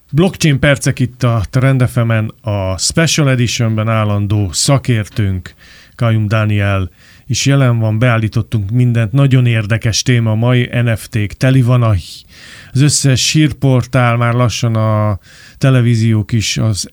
Blockchain percek itt a Trend FM-en, a Special Editionben állandó szakértőnk, Kajum Dániel is jelen van, beállítottunk mindent, nagyon érdekes téma, mai NFT-k, teli van az összes hírportál, már lassan a televíziók is az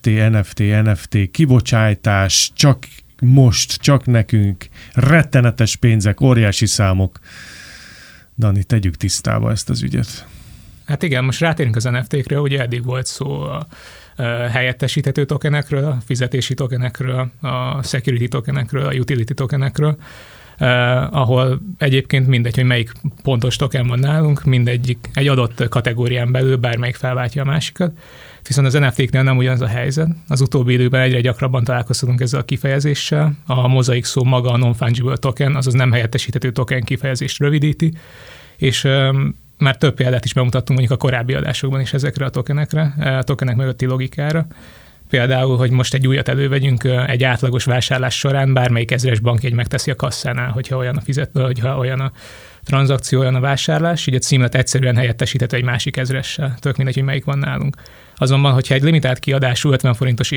NFT, kibocsátás, csak nekünk, rettenetes pénzek, óriási számok. Dani, tegyük tisztába ezt az ügyet. Hát igen, most rátérünk az NFT-kről, ugye eddig volt szó a helyettesíthető tokenekről, a fizetési tokenekről, a security tokenekről, a utility tokenekről, ahol egyébként mindegy, hogy melyik pontos token van nálunk, mindegyik egy adott kategórián belül bármelyik felváltja a másikat. Viszont az NFT-knél nem ugyanaz a helyzet. Az utóbbi időben egyre gyakrabban találkoztunk ezzel a kifejezéssel. A mozaik szó maga a non-fungible token, azaz nem helyettesíthető token kifejezést rövidíti, és már több példát is bemutattunk mondjuk a korábbi adásokban is ezekre a tokenekre, a tokenek mögötti logikára. Például, hogy most egy újat elővegyünk, egy átlagos vásárlás során bármelyik ezres bankjegy megteszi a kasszánál, hogyha olyan a tranzakció, olyan a vásárlás, így a címlet egyszerűen helyettesíthető egy másik ezressel, tök mindegy, hogy melyik van nálunk. Azonban, hogyha egy limitált kiadású 50 forintos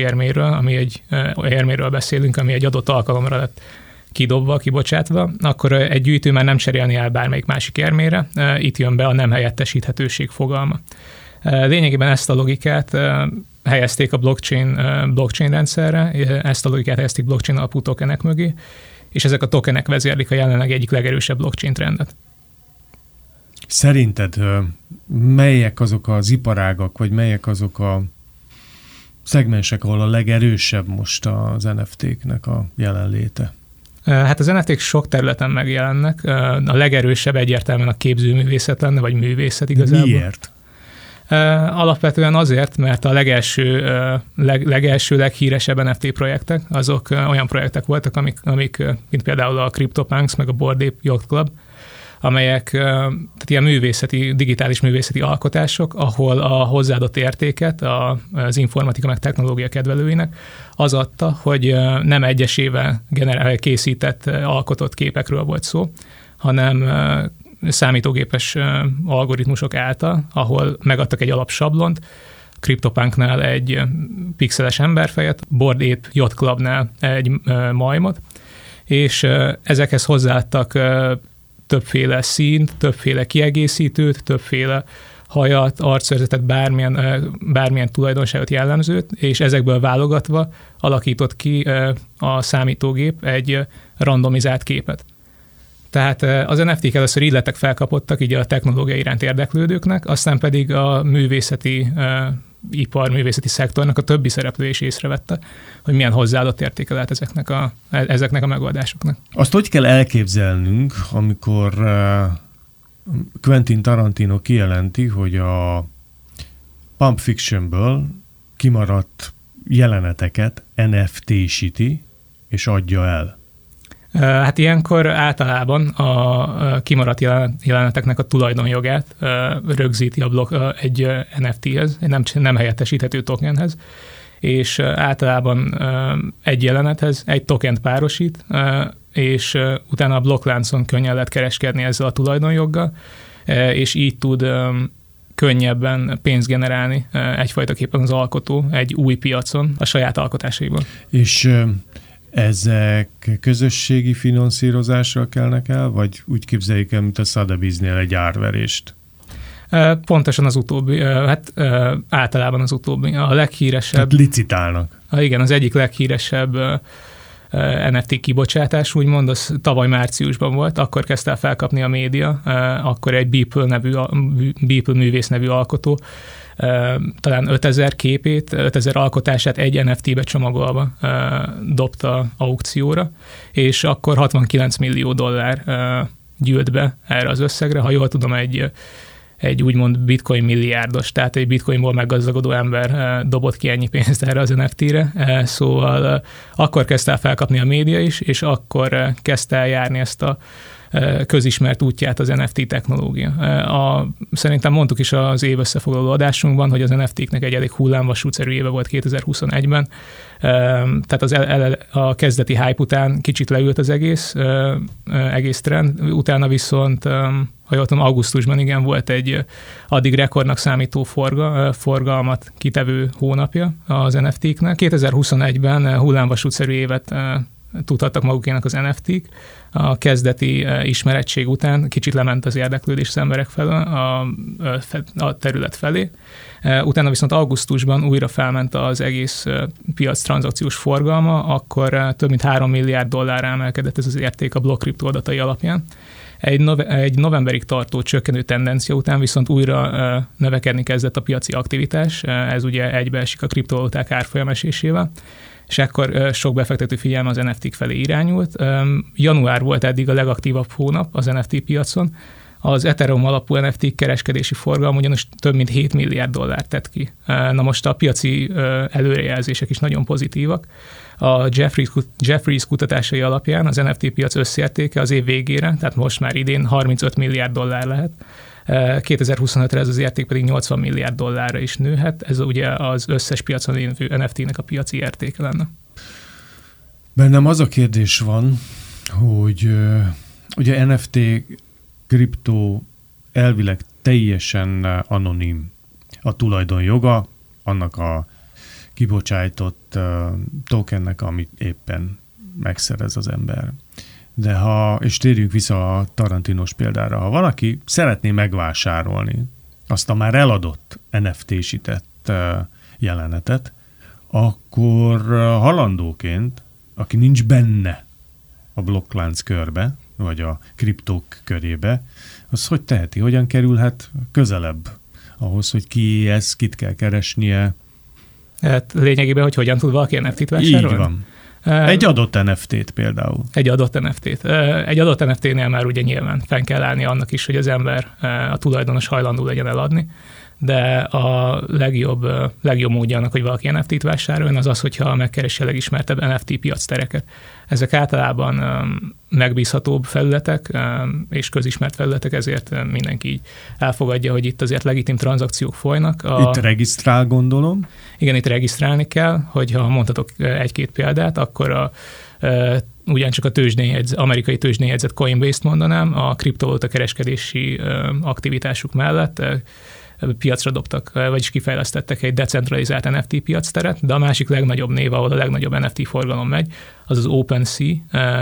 érméről beszélünk, ami egy adott alkalomra lett kidobva, kibocsátva, akkor egy gyűjtő már nem cserélni el bármelyik másik érmére, itt jön be a nem helyettesíthetőség fogalma. Lényegében ezt a logikát helyezték a blockchain rendszerre, ezt a logikát helyezték blockchain alapú tokenek mögé, és ezek a tokenek vezérlik a jelenleg egyik legerősebb blockchain trendet. Szerinted melyek azok az iparágak, vagy melyek azok a szegmensek, ahol a legerősebb most az NFT-knek a jelenléte? Hát az NFT-k sok területen megjelennek. A legerősebb egyértelműen a képzőművészet lenne, vagy művészet igazából. Miért? Alapvetően azért, mert a legelső, leghíresebb NFT projektek, azok olyan projektek voltak, amik mint például a CryptoPunks, meg a Bored Ape Yacht Club, amelyek tehát ilyen digitális művészeti alkotások, ahol a hozzáadott értéket az informatika meg technológia kedvelőinek az adta, hogy nem egyesével készített, alkotott képekről volt szó, hanem számítógépes algoritmusok által, ahol megadtak egy alapsablont, CryptoPunknál egy pixeles emberfejet, Bored Ape Yacht Clubnál egy majmot, és ezekhez hozzáadtak többféle színt, többféle kiegészítőt, többféle hajat, arcszörzetet, bármilyen tulajdonságot, jellemzőt, és ezekből válogatva alakított ki a számítógép egy randomizált képet. Tehát az NFT-k először így lettek felkapottak így a technológia iránt érdeklődőknek, aztán pedig a művészeti szektornak a többi szereplő is észrevette, hogy milyen hozzáadott értéke lehet ezeknek a megoldásoknak. Azt hogy kell elképzelnünk, amikor Quentin Tarantino kijelenti, hogy a Pulp Fictionből kimaradt jeleneteket NFT-síti és adja el? Hát ilyenkor általában a kimaradt jeleneteknek a tulajdonjogát rögzíti egy NFT-hez, nem helyettesíthető tokenhez, és általában egy jelenethez egy tokent párosít, és utána a blokkláncon könnyen lehet kereskedni ezzel a tulajdonjoggal, és így tud könnyebben pénzt generálni egyfajtaképpen az alkotó egy új piacon a saját alkotásaiból. És ezek közösségi finanszírozással kelnek el, vagy úgy képzeljük el, mint a Sotheby's-nél egy árverést? Pontosan az utóbbi, általában az utóbbi. A leghíresebb... Tehát licitálnak. Igen, az egyik leghíresebb NFT kibocsátás, úgymond, az tavaly márciusban volt, akkor kezdte el felkapni a média, akkor egy Beeple művész nevű alkotó talán 5000 képét, 5000 alkotását egy NFT-be csomagolva dobta aukcióra, és akkor $69 millió gyűlt be erre az összegre. Ha jól tudom, egy úgymond bitcoin milliárdos, tehát egy bitcoinból meggazdagodó ember dobott ki ennyi pénzt erre az NFT-re. Szóval akkor kezdte el felkapni a média is, és akkor kezdte el járni ezt a közismert útját az NFT technológia. Szerintem mondtuk is az év összefoglaló adásunkban, hogy az NFT-knek egy elég hullámvasútszerű éve volt 2021-ben, tehát a kezdeti hype után kicsit leült az egész trend, utána viszont, ha jól tudom, augusztusban igen, volt egy addig rekordnak számító forgalmat kitevő hónapja az NFT-knek. 2021-ben hullámvasútszerű évet tudhattak magukének az NFT-k. A kezdeti ismerettség után kicsit lement az érdeklődés az emberek felől a terület felé. Utána viszont augusztusban újra felment az egész piac tranzakciós forgalma, akkor több mint $3 milliárd emelkedett ez az érték a Block Crypto adatai alapján. Egy novemberig tartó csökkenő tendencia után viszont újra növekedni kezdett a piaci aktivitás, ez ugye egybeesik a kriptovaluták árfolyamesésével, és ekkor sok befektető figyelme az NFT-k felé irányult. Január volt eddig a legaktívabb hónap az NFT piacon. Az Ethereum alapú NFT kereskedési forgalom ugyanis több mint $7 milliárd tett ki. Na most a piaci előrejelzések is nagyon pozitívak. A Jefferies kutatásai alapján az NFT piac összértéke az év végére, tehát most már idén $35 milliárd lehet. 2025-re ez az érték pedig $80 milliárd is nőhet. Ez ugye az összes piacon lévő NFT-nek a piaci értéke lenne. Bennem az a kérdés van, hogy ugye NFT kriptó elvileg teljesen anonim. A tulajdonjoga annak a kibocsájtott tokennek, amit éppen megszerez az ember. De és térjünk vissza a Tarantinos példára, ha valaki szeretné megvásárolni azt a már eladott NFT-sített jelenetet, akkor halandóként, aki nincs benne a blokklánc körbe, vagy a kriptók körébe, az hogy teheti, hogyan kerülhet közelebb ahhoz, hogy ki ez, kit kell keresnie. Hát lényegében, hogy hogyan tud valaki NFT-t vásárolni? Így van. Egy adott NFT-t például. Egy adott NFT-t. Egy adott NFT-nél már ugye nyilván fenn kell állni annak is, hogy az ember, a tulajdonos hajlandó legyen eladni, de a legjobb módja annak, hogy valaki NFT-t vásároljon, az az, hogyha megkeresi a legismertebb NFT piactereket. Ezek általában megbízhatóbb felületek és közismert felületek, ezért mindenki így elfogadja, hogy itt azért legitim tranzakciók folynak. Itt regisztrál, gondolom? Igen, itt regisztrálni kell, hogyha mondhatok egy-két példát, akkor ugyancsak a amerikai tőzsdén-jegyzett Coinbase-t mondanám, a kriptovaluta kereskedési aktivitásuk mellett piacra dobtak, vagyis kifejlesztettek egy decentralizált NFT piacteret, de a másik legnagyobb név, ahol a legnagyobb NFT forgalom megy, az az OpenSea,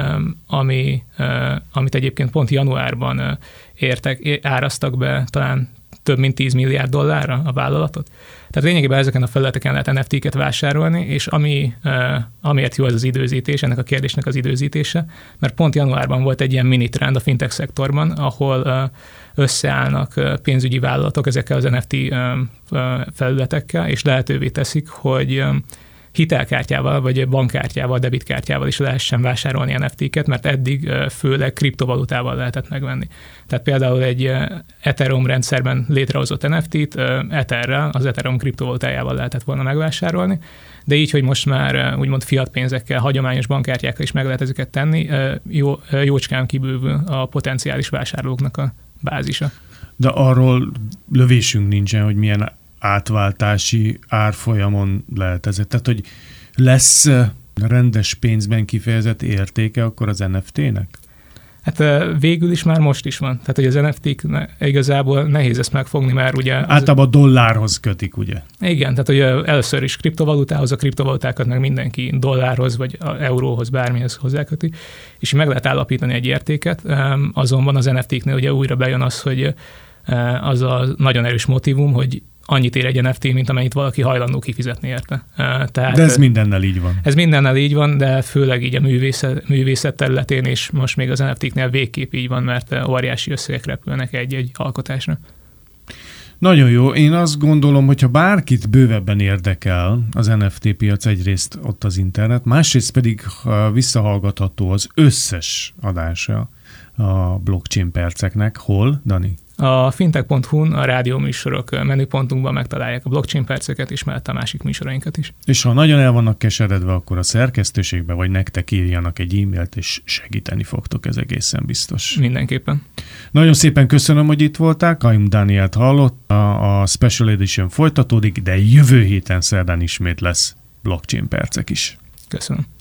amit egyébként pont januárban áraztak be talán több mint $10 milliárd a vállalatot. Tehát lényegében ezeken a felületeken lehet NFT-ket vásárolni, és amiért jó ez az időzítés, ennek a kérdésnek az időzítése, mert pont januárban volt egy ilyen mini trend a fintech szektorban, ahol összeállnak pénzügyi vállalatok ezekkel az NFT felületekkel, és lehetővé teszik, hogy hitelkártyával, vagy bankkártyával, debitkártyával is lehessen vásárolni NFT-ket, mert eddig főleg kriptovalutával lehetett megvenni. Tehát például egy Ethereum rendszerben létrehozott NFT-t Etherrel, az Ethereum kriptovalutájával lehetett volna megvásárolni, de így, hogy most már úgymond fiat pénzekkel, hagyományos bankkártyákkal is meg lehet ezeket tenni, jócskán kibővül a potenciális vásárlóknak a bázisa. De arról lövésünk nincsen, hogy milyen átváltási árfolyamon lehet ez. Tehát, hogy lesz rendes pénzben kifejezett értéke akkor az NFT-nek? Hát végül is már most is van. Tehát, hogy az NFT-k igazából nehéz ezt megfogni, mert ugye... Általában dollárhoz kötik, ugye? Igen, tehát ugye először is kriptovalutához, a kriptovalutákat meg mindenki dollárhoz, vagy euróhoz, bármihez hozzáköti, és meg lehet állapítani egy értéket, azonban az NFT-knél ugye újra bejön az, hogy az a nagyon erős motivum, hogy annyit ér egy NFT, mint amennyit valaki hajlandó kifizetni érte. Tehát, de ez mindennel így van. Ez mindennel így van, de főleg így a művészet területén, és most még az NFT-knél végképp így van, mert óriási összegek repülnek egy egy-egy Nagyon jó. Én azt gondolom, hogyha bárkit bővebben érdekel az NFT piac, egyrészt ott az internet, másrészt pedig visszahallgatható az összes adása a blockchain perceknek. Hol, Dani? A fintech.hu-n a rádióműsorok menüpontunkban megtalálják a blockchain perceket, és mellett a másik műsorainkat is. És ha nagyon el vannak keseredve, akkor a szerkesztőségbe vagy nektek írjanak egy e-mailt, és segíteni fogtok, ez egészen biztos. Mindenképpen. Nagyon szépen köszönöm, hogy itt voltál. Kajum Dánielt hallott, a Special Edition folytatódik, de jövő héten szerdán ismét lesz blockchain percek is. Köszönöm.